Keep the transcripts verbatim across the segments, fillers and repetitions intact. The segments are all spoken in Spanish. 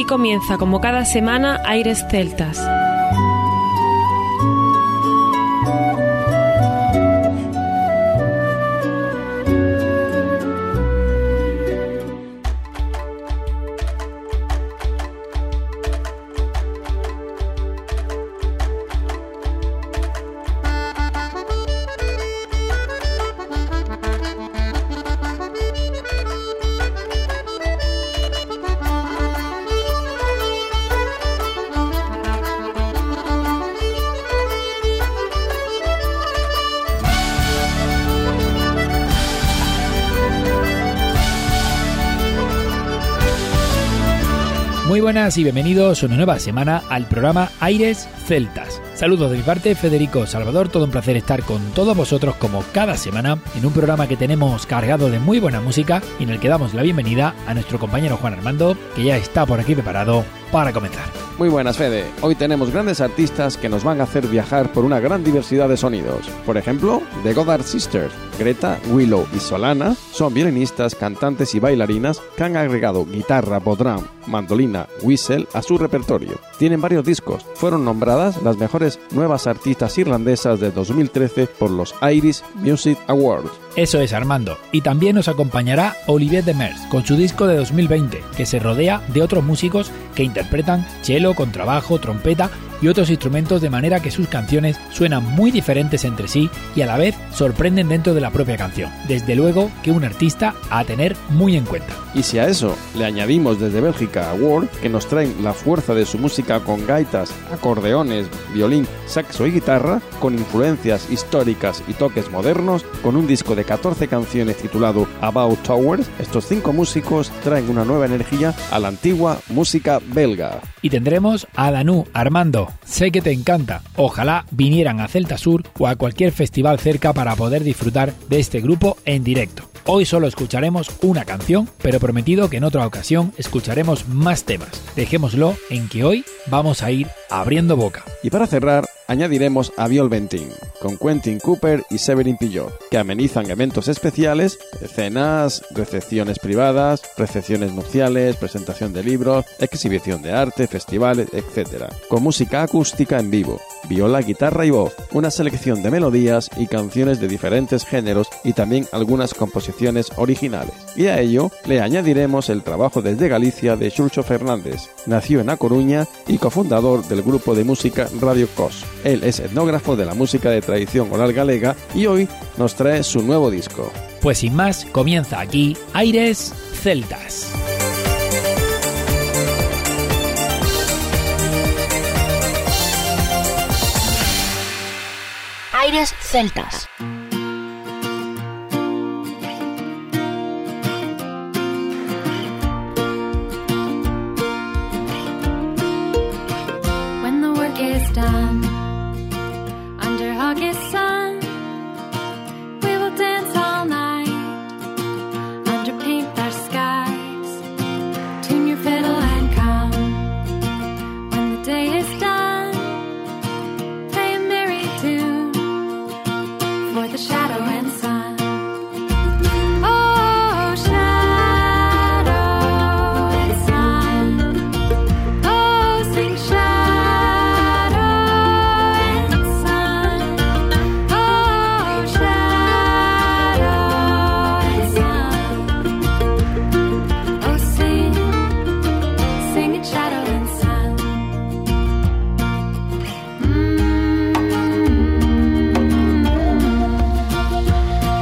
Aquí comienza, como cada semana, Aires Celtas. Muy buenas y bienvenidos una nueva semana al programa Aires Celtas. Saludos de mi parte, Federico Salvador, todo un placer estar con todos vosotros como cada semana en un programa que tenemos cargado de muy buena música y en el que damos la bienvenida a nuestro compañero Juan Armando, que ya está por aquí preparado para comenzar. Muy buenas, Fede. Hoy tenemos grandes artistas que nos van a hacer viajar por una gran diversidad de sonidos. Por ejemplo, The Goddard Sisters. Greta, Willow y Solana son violinistas, cantantes y bailarinas que han agregado guitarra, bodhrán, mandolina, whistle a su repertorio. Tienen varios discos. Fueron nombradas las mejores nuevas artistas irlandesas de dos mil trece por los Irish Music Awards. Eso es, Armando. Y también nos acompañará Olivier Demers con su disco de dos mil veinte, que se rodea de otros músicos que interpretan cello, contrabajo, trompeta y otros instrumentos, de manera que sus canciones suenan muy diferentes entre sí y a la vez sorprenden dentro de la propia canción. Desde luego que un artista a tener muy en cuenta. Y si a eso le añadimos desde Bélgica a Word, que nos traen la fuerza de su música con gaitas, acordeones, violín, saxo y guitarra, con influencias históricas y toques modernos, con un disco de catorce canciones titulado About Towers, estos cinco músicos traen una nueva energía a la antigua música belga. Y tendremos a Danú. Armando, sé que te encanta. Ojalá vinieran a Celta Sur o a cualquier festival cerca para poder disfrutar de este grupo en directo. Hoy solo escucharemos una canción, pero prometido que en otra ocasión escucharemos más temas. Dejémoslo en que hoy vamos a ir abriendo boca. Y para cerrar, añadiremos a Viol Ventin, con Quentin Cooper y Severin Pillot, que amenizan eventos especiales, cenas, recepciones privadas, recepciones nupciales, presentación de libros, exhibición de arte, festivales, etcétera. Con música acústica en vivo, viola, guitarra y voz, una selección de melodías y canciones de diferentes géneros y también algunas composiciones originales. Y a ello le añadiremos el trabajo desde Galicia de Xurxo Fernández. Nació en A Coruña y cofundador del grupo de música Radio Cos. Él es etnógrafo de la música de tradición oral galega y hoy nos trae su nuevo disco. Pues sin más, comienza aquí Aires Celtas. Aires Celtas. When the work is done, under August sun, we will dance all night, underpaint our skies, tune your fiddle and come. When the day is done, play a merry tune for the shadow and sun. Oh, shadow and sun. Oh, sing shadow and sun. Oh, shadow and sun. Oh, sing, sing it, shadow and sun. Mm-hmm.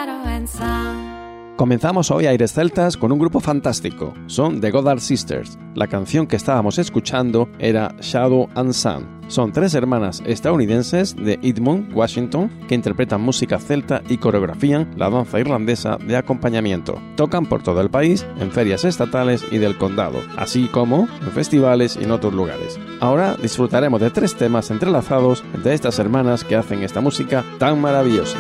shadow and sun. Comenzamos hoy Aires Celtas con un grupo fantástico. Son The Goddard Sisters. La canción que estábamos escuchando era Shadow and Sun. Son tres hermanas estadounidenses de Edmond, Washington, que interpretan música celta y coreografían la danza irlandesa de acompañamiento. Tocan por todo el país, en ferias estatales y del condado, así como en festivales y en otros lugares. Ahora disfrutaremos de tres temas entrelazados de estas hermanas que hacen esta música tan maravillosa.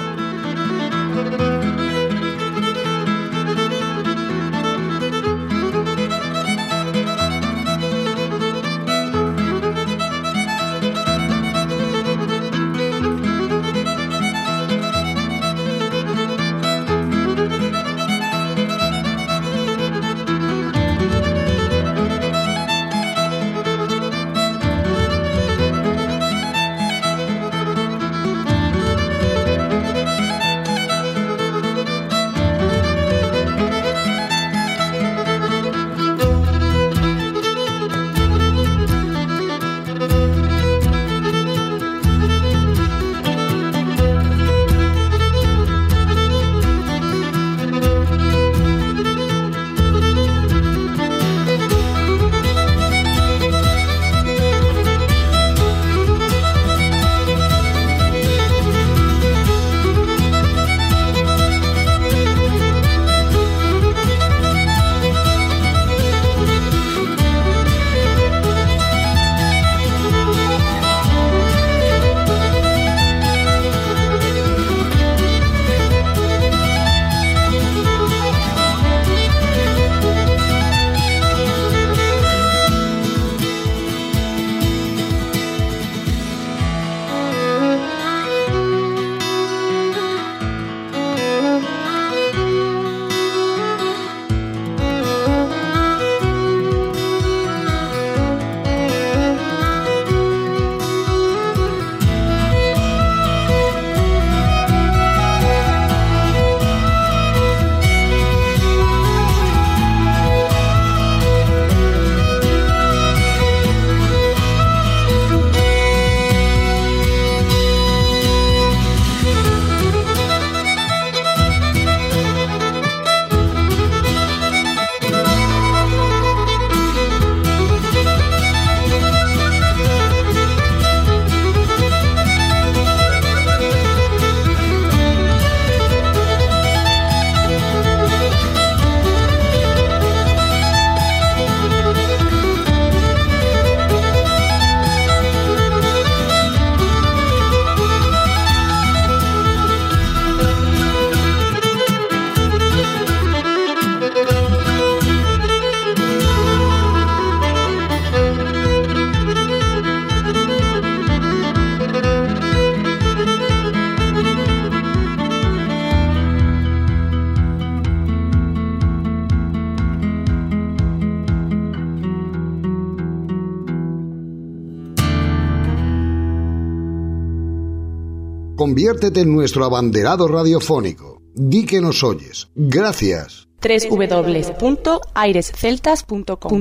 Conviértete en nuestro abanderado radiofónico. Di que nos oyes. Gracias. doble u doble u doble u punto aires celtas punto com.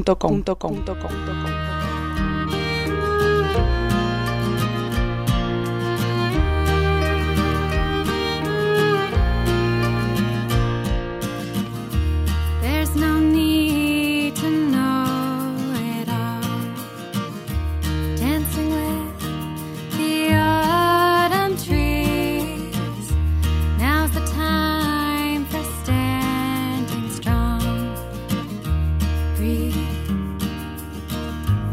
There's no need to know it all. Dancing with the autumn trees. Now's the time for standing strong. Breathe.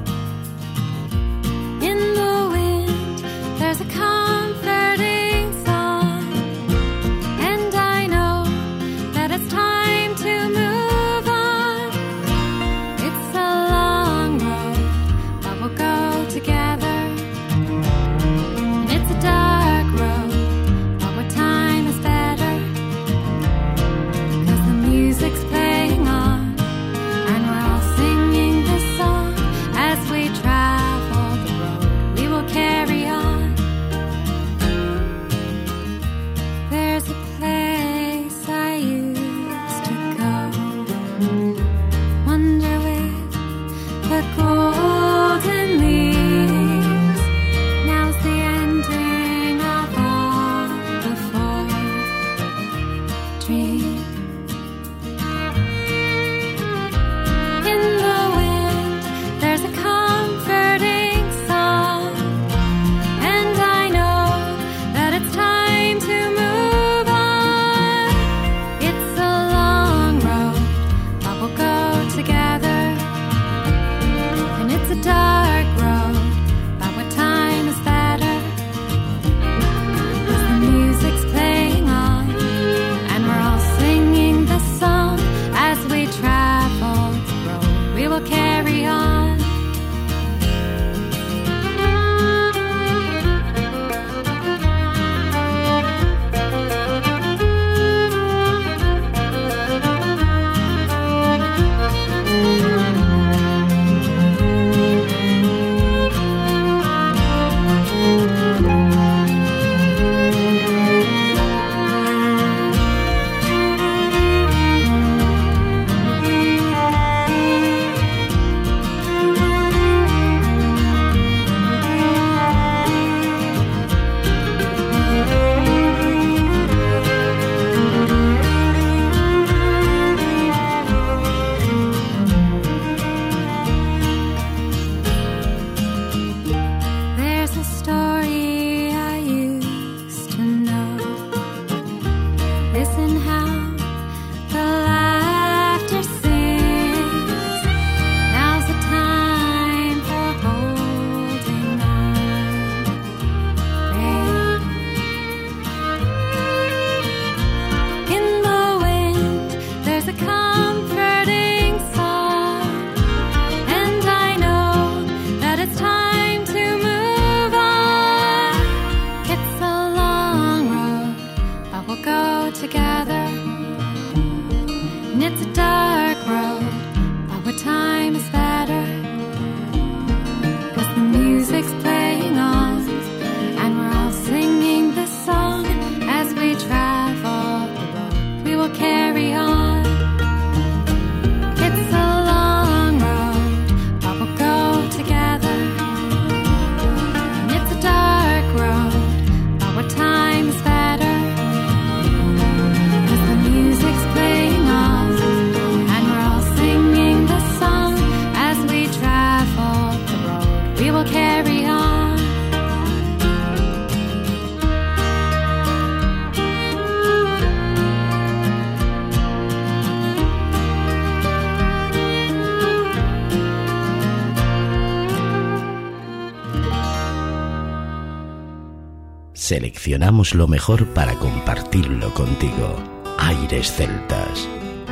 Seleccionamos lo mejor para compartirlo contigo. Aires Celtas.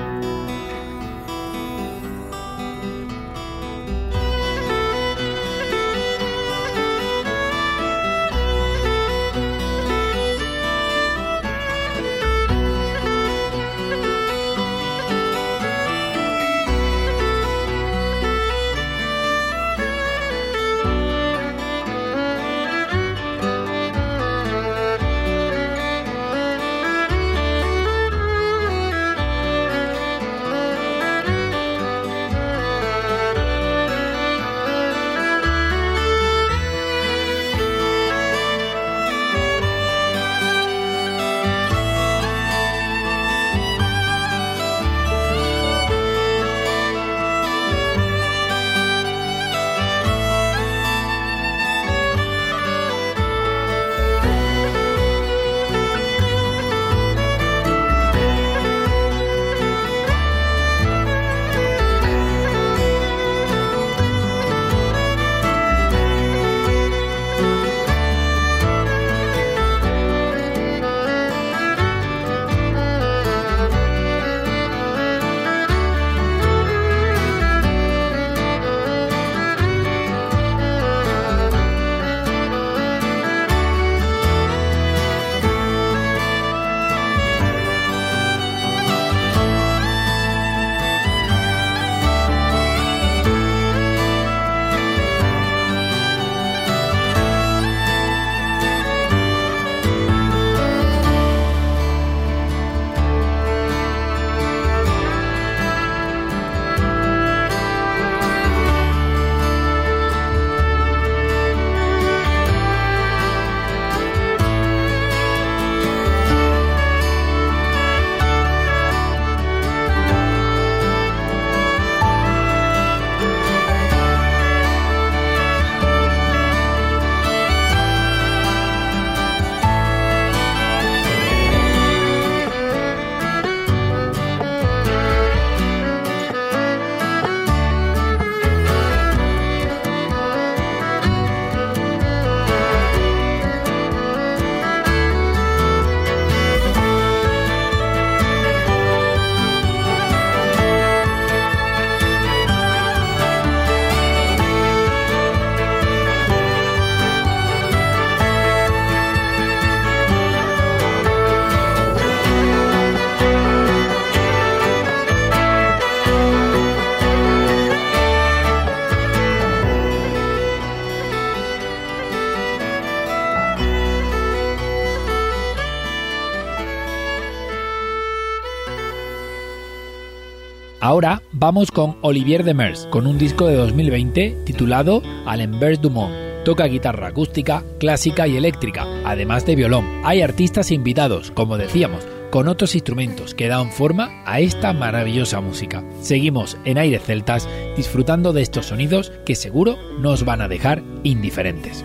Ahora vamos con Olivier Demers, con un disco de dos mil veinte titulado Alembert du Monde. Toca guitarra acústica, clásica y eléctrica, además de violón. Hay artistas invitados, como decíamos, con otros instrumentos que dan forma a esta maravillosa música. Seguimos en Aires Celtas disfrutando de estos sonidos que seguro no os van a dejar indiferentes.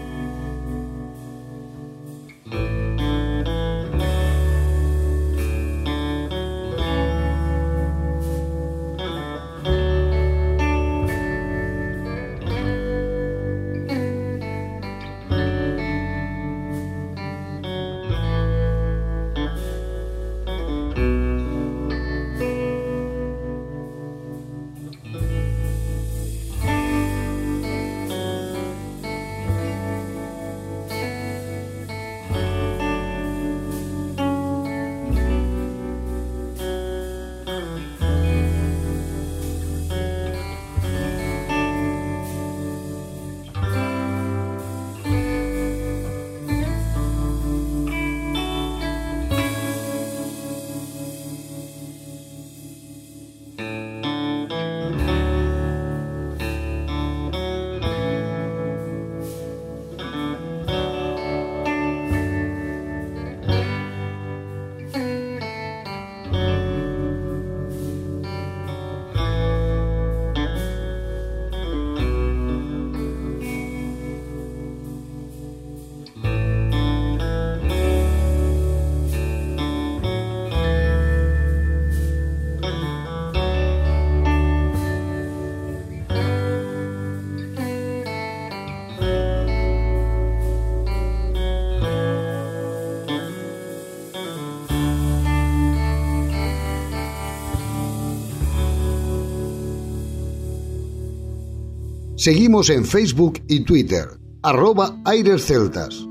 Seguimos en Facebook y Twitter, arroba Aires Celtas.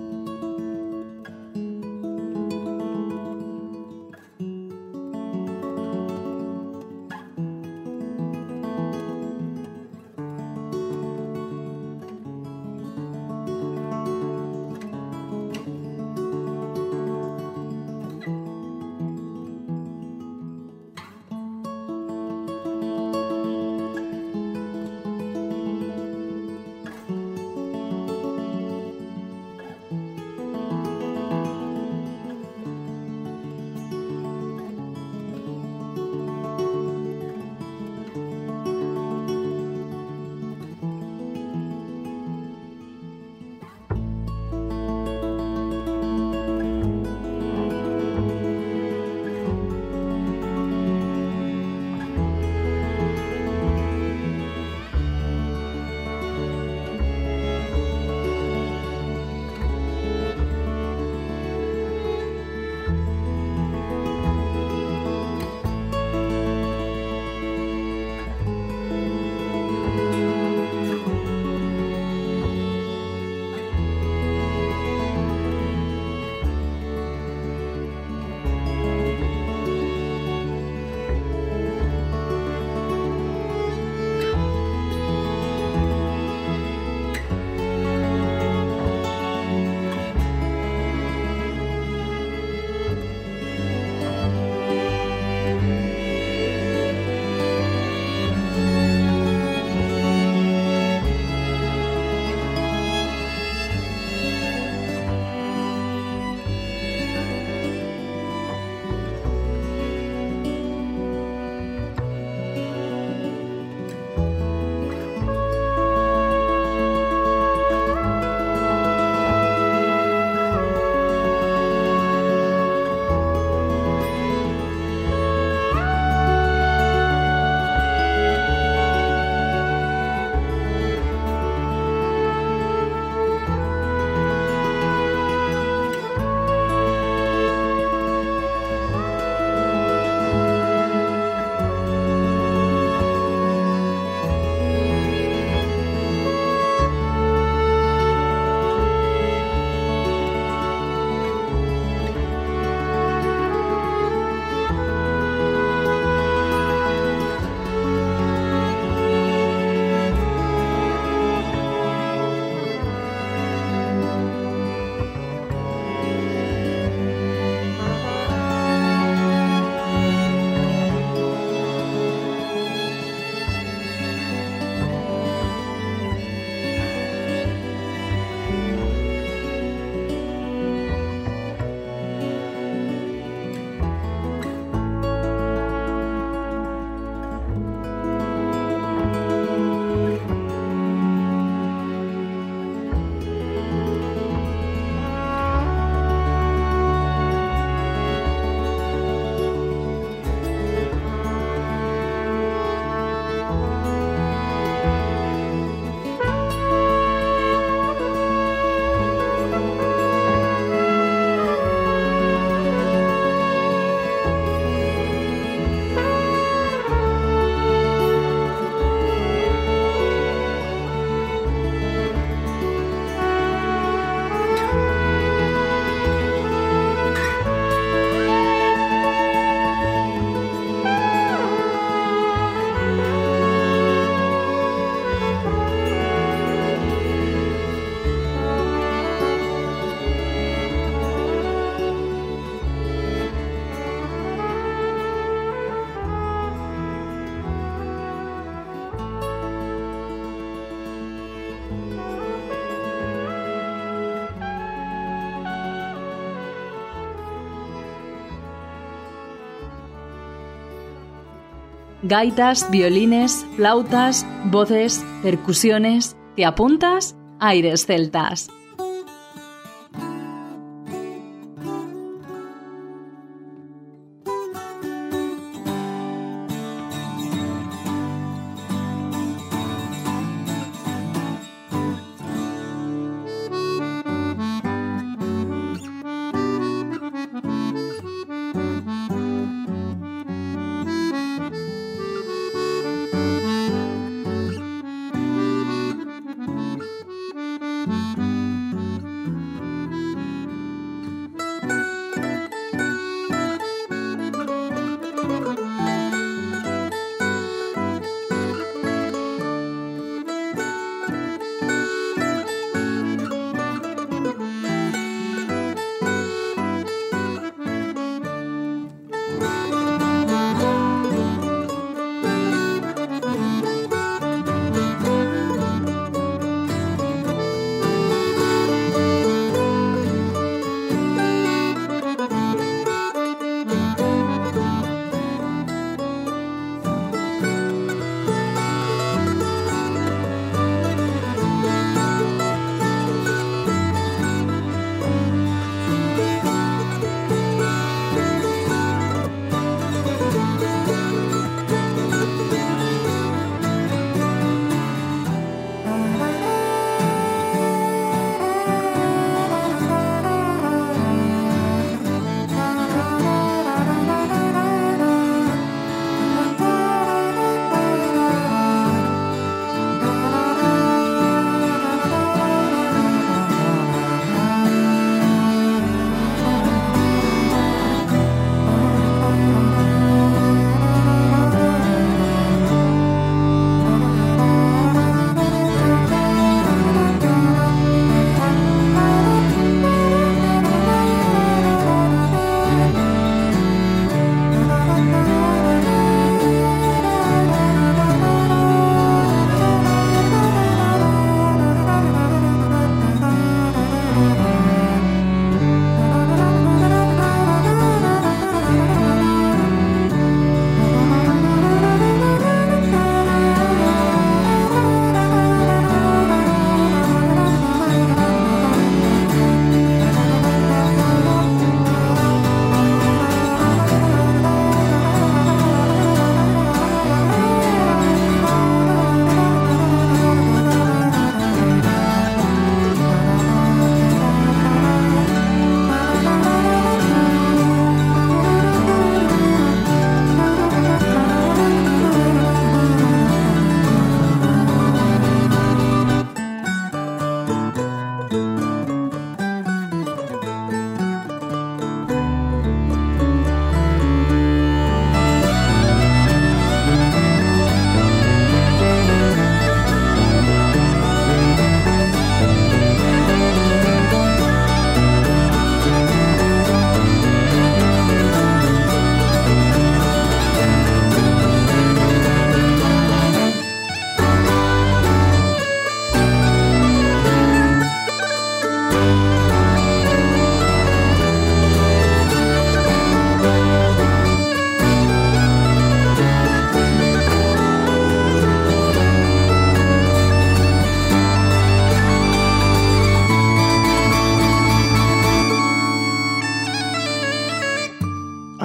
Gaitas, violines, flautas, voces, percusiones. ¿Te apuntas? Aires Celtas.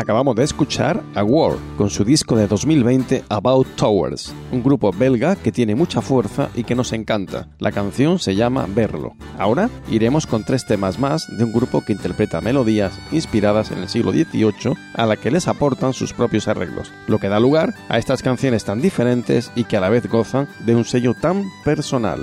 Acabamos de escuchar a War con su disco de dos mil veinte About Towers, un grupo belga que tiene mucha fuerza y que nos encanta. La canción se llama Verlo. Ahora iremos con tres temas más de un grupo que interpreta melodías inspiradas en el siglo dieciocho a la que les aportan sus propios arreglos, lo que da lugar a estas canciones tan diferentes y que a la vez gozan de un sello tan personal.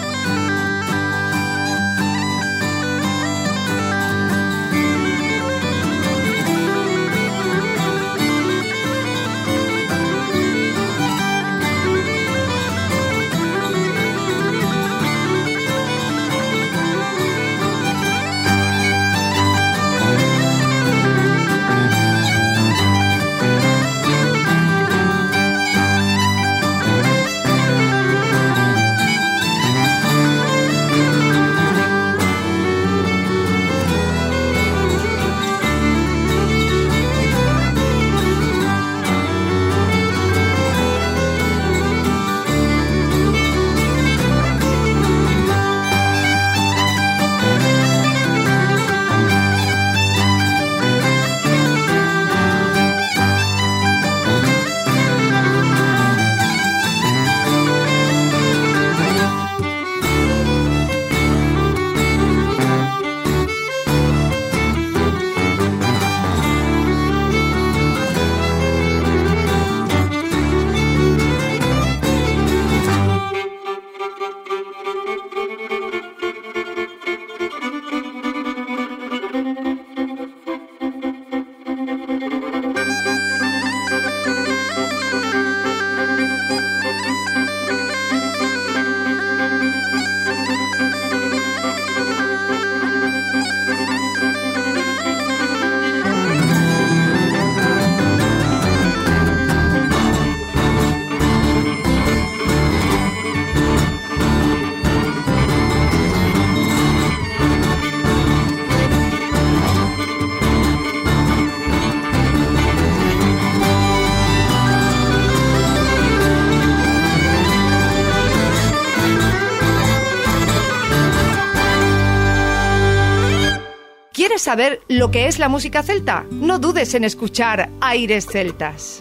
¿Quieres saber lo que es la música celta? No dudes en escuchar Aires Celtas.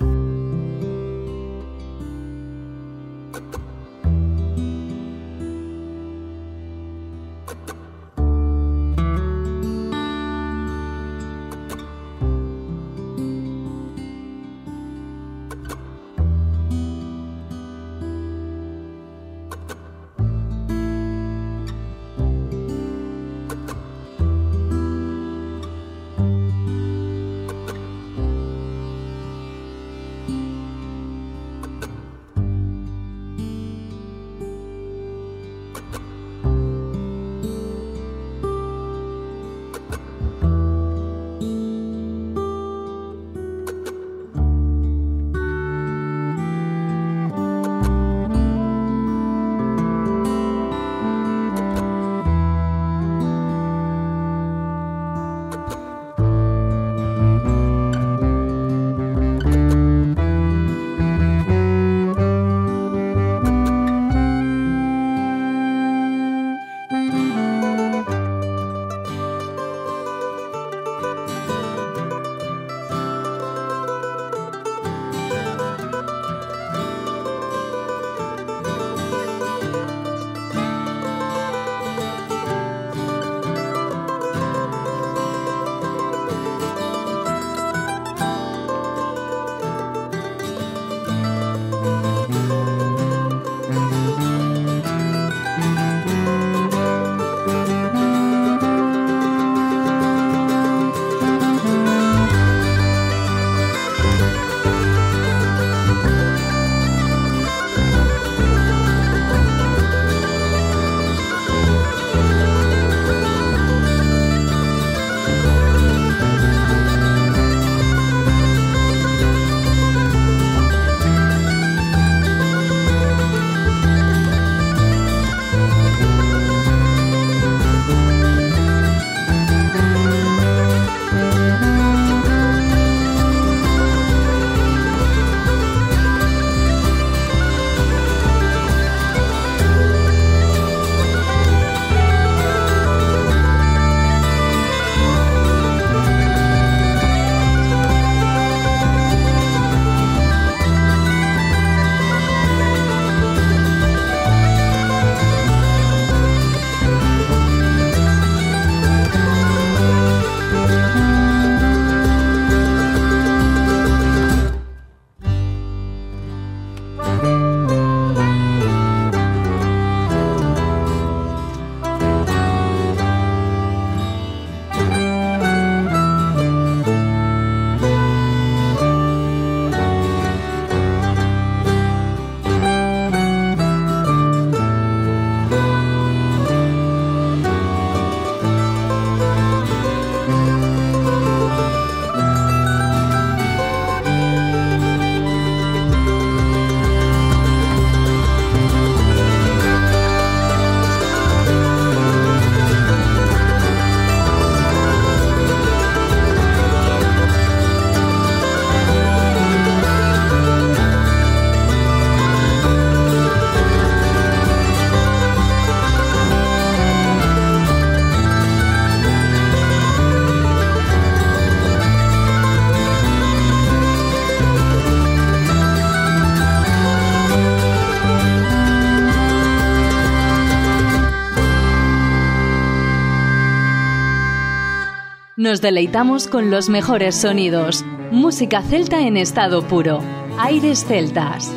Nos deleitamos con los mejores sonidos. Música celta en estado puro. Aires celtas.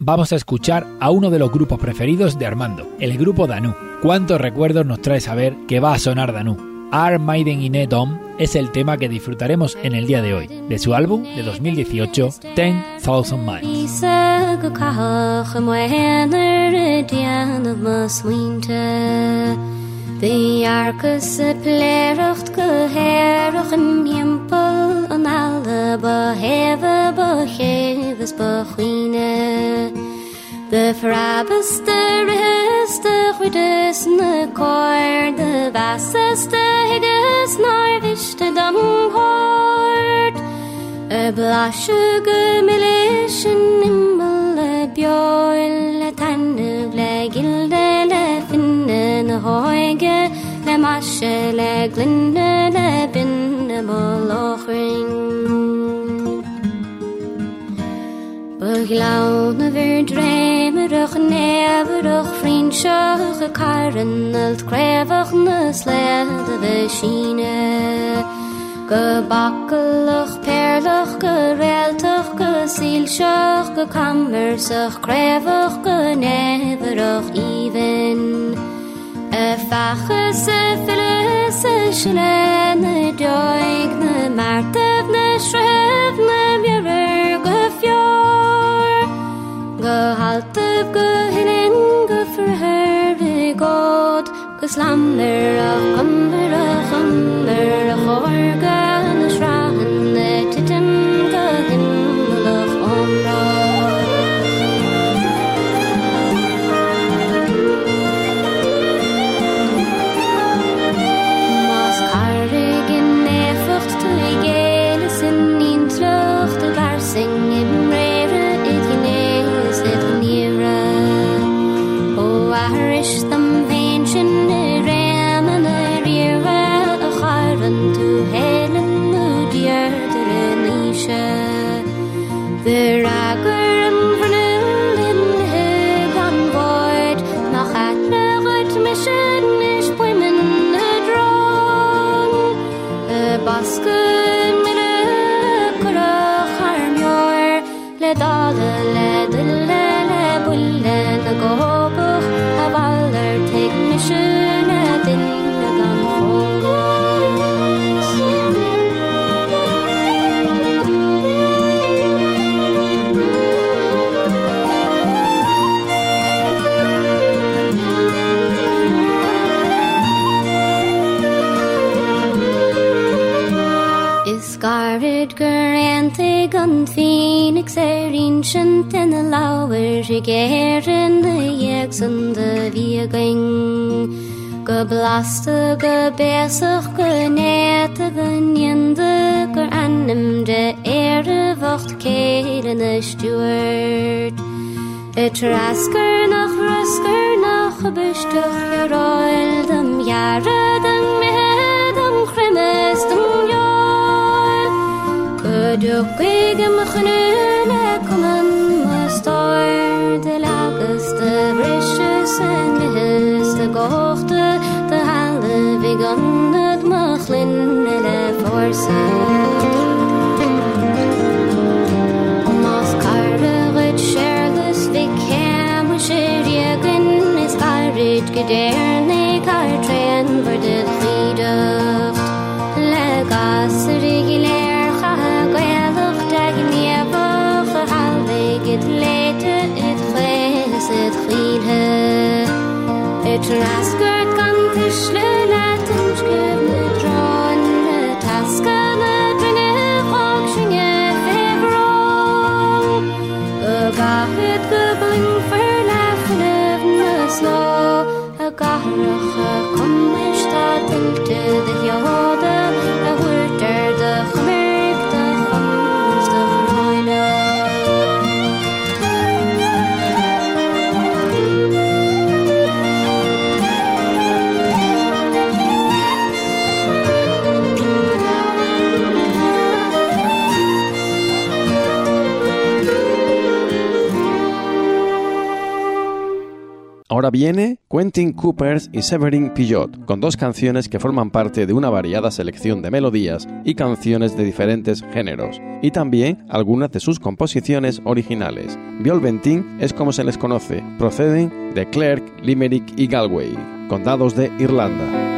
vamos a escuchar a uno de los grupos preferidos de Armando, el grupo Danú. ¿Cuántos recuerdos nos trae saber que va a sonar Danú? Are Maiden in a Dome es el tema que disfrutaremos en el día de hoy, de su álbum de dos mil dieciocho, ten thousand Miles. The arcus a plerocht geherach in himpel an alle beheve beheves bechuine. The frabes de reste huides ne koir, the vasses de hides narviste dam hort. A blasche gemilischen immel a bjoil a tanne ble gilde le finne na hoige le masche le glinde le binne molochring. Beglaune ver dremerig neverig vriendschige karen het krevig ne slede beschine. Gebakkelig, perlig, gereltig, gezielsig, gekammersig, krevig, geneverig, even. A faches, a filis, a schlene, joig, ne martev, ne schrev, ne bjerg, gefjor. Gehaltev, gehinnen, geverherve god, geslammer, a kommer, a kommer, a chorga. Phoenix er ancient in the lower gear in the yegs and the viewing. Go blaster, go besser, go net, go nyende, go anim de air wacht keer in the steward. Het rasker nog rasker nog bestuk je roil dem jaren dem med dem kremes dem jaar. Du kwegen me genule komen me stoor de laagste brisjes en de de gochte de halen vegan het me glinne forse. Mas karre het sherles vi kam we shirgen is karret gederne kar tren voor de friedert le gas regular. Het lete, het vrees, het vriende. Het raskert kan tischle laten schubne dron. Het haskene drinne vrokschinge febron. Ga het gebling verlachen evne slo. Ga ruche kom in stad inkte de jode. A wordt er de gemerkte gans de groene. ahora viene Quentin Cooper y Severin Pillot, con dos canciones que forman parte de una variada selección de melodías y canciones de diferentes géneros, y también algunas de sus composiciones originales. Violventin es como se les conoce, proceden de Clerk, Limerick y Galway, condados de Irlanda.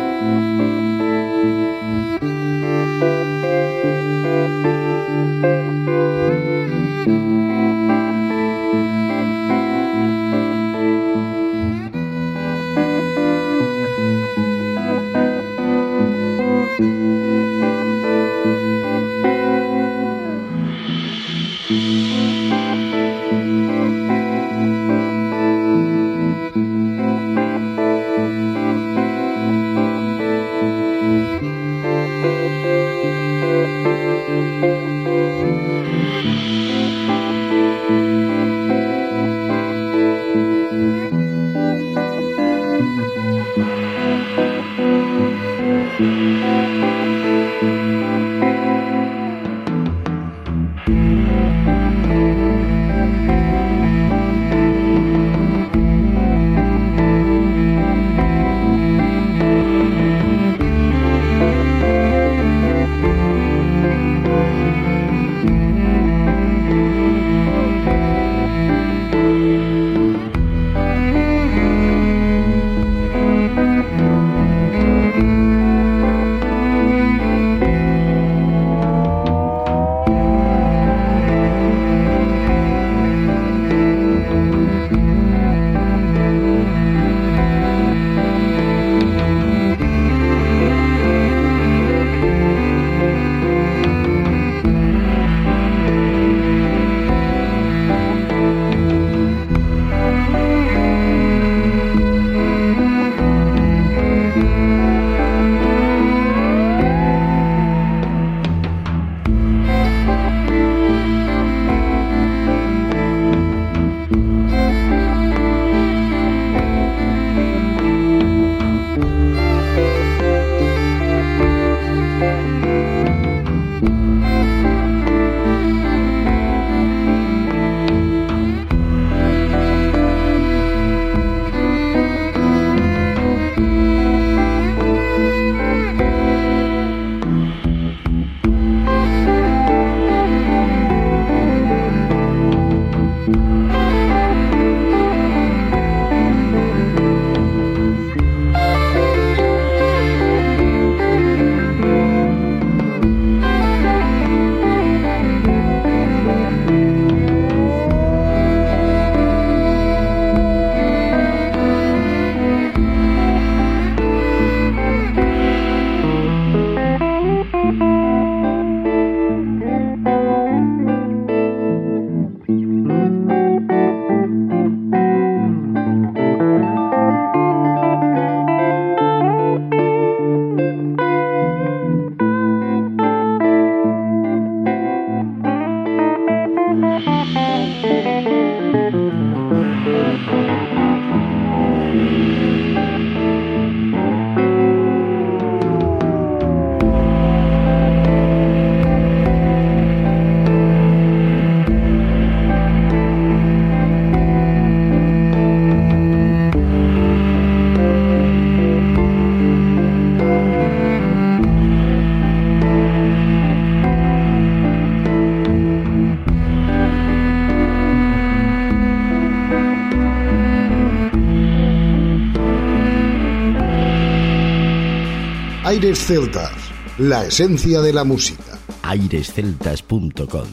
Aires Celtas, la esencia de la música. aires celtas punto com.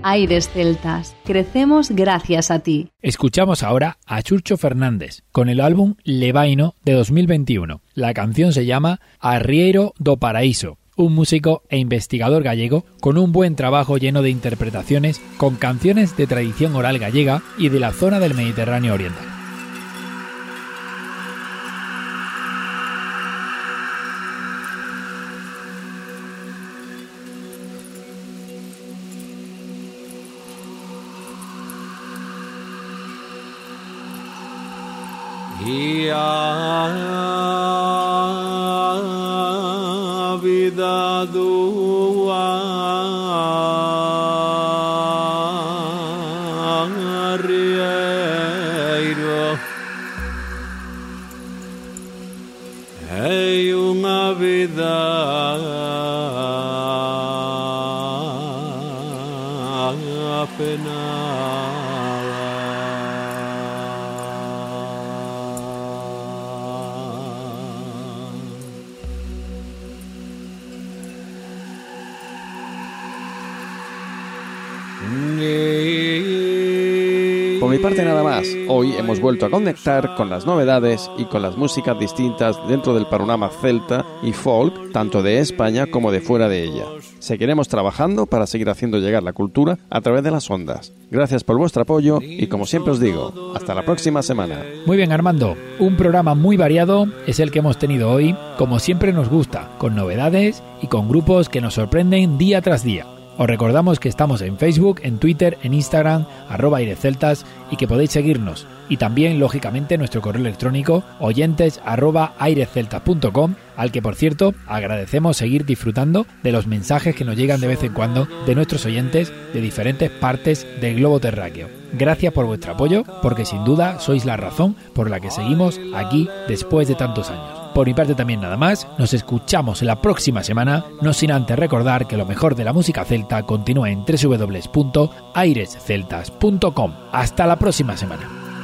Aires Celtas. Crecemos gracias a ti. Escuchamos ahora a Churcho Fernández con el álbum Levaino de dos mil veintiuno. La canción se llama Arrieiro do Paraíso. Un músico e investigador gallego con un buen trabajo lleno de interpretaciones con canciones de tradición oral gallega y de la zona del Mediterráneo oriental. Y a vida do arrieiro é unha vida penada. Por mi parte nada más, hoy hemos vuelto a conectar con las novedades y con las músicas distintas dentro del panorama celta y folk, tanto de España como de fuera de ella. Seguiremos trabajando para seguir haciendo llegar la cultura a través de las ondas. Gracias por vuestro apoyo y, como siempre os digo, hasta la próxima semana. Muy bien, Armando, un programa muy variado es el que hemos tenido hoy, como siempre nos gusta, con novedades y con grupos que nos sorprenden día tras día. Os recordamos que estamos en Facebook, en Twitter, en Instagram, arroba airesceltas, y que podéis seguirnos. Y también, lógicamente, nuestro correo electrónico oyentes arroba airesceltas punto com, al que, por cierto, agradecemos seguir disfrutando de los mensajes que nos llegan de vez en cuando de nuestros oyentes de diferentes partes del globo terráqueo. Gracias por vuestro apoyo, porque sin duda sois la razón por la que seguimos aquí después de tantos años. Por mi parte también nada más, nos escuchamos en la próxima semana, no sin antes recordar que lo mejor de la música celta continúa en doble u doble u doble u punto airesceltas punto com. Hasta la próxima semana.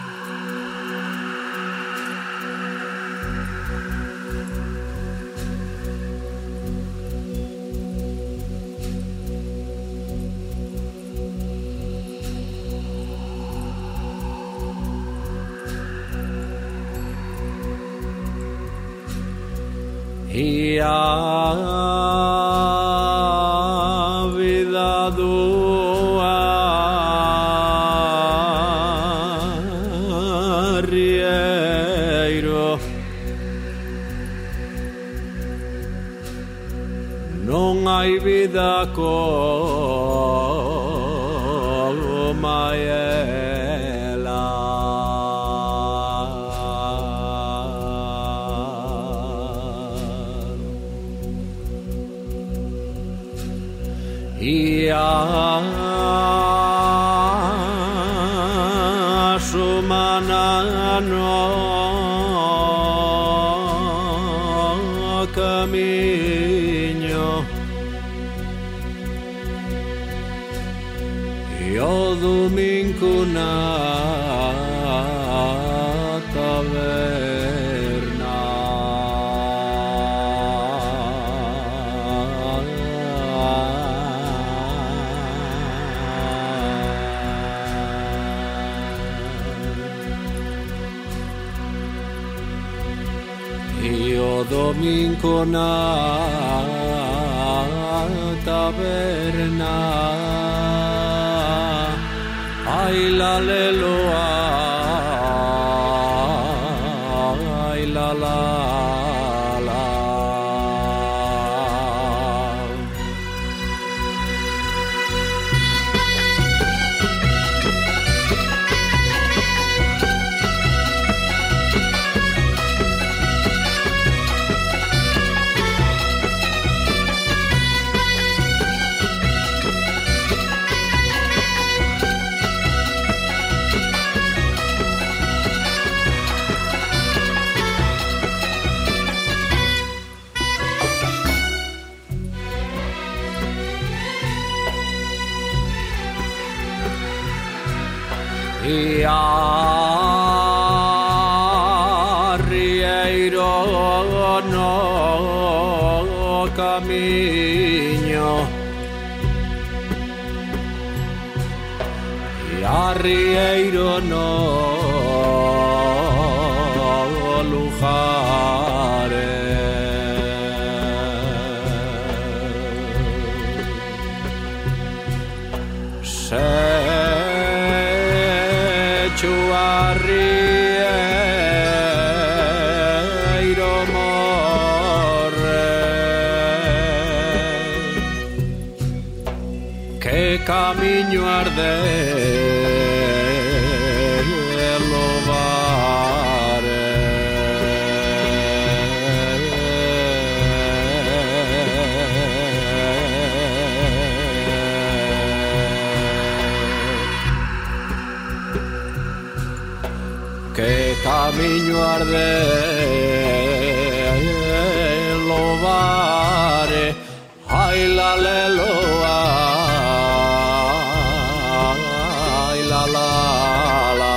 E a vida do arrieiro non hai vida como ela. E a sumana no caminho e o domingo na taverna. E o domingo na taverna ai la leloa ai la la la. E arrieiro no caminho arrieiro no lujare se arrieiro morre que camiño arde camiño arde lo vare ay la le lo ay la la la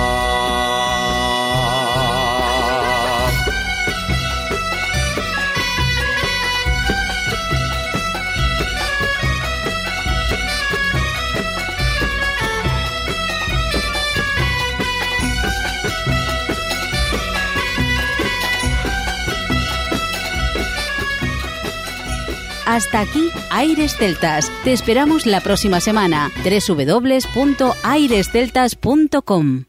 Hasta aquí Aires Celtas. Te esperamos la próxima semana. doble u doble u doble u punto aires celtas punto com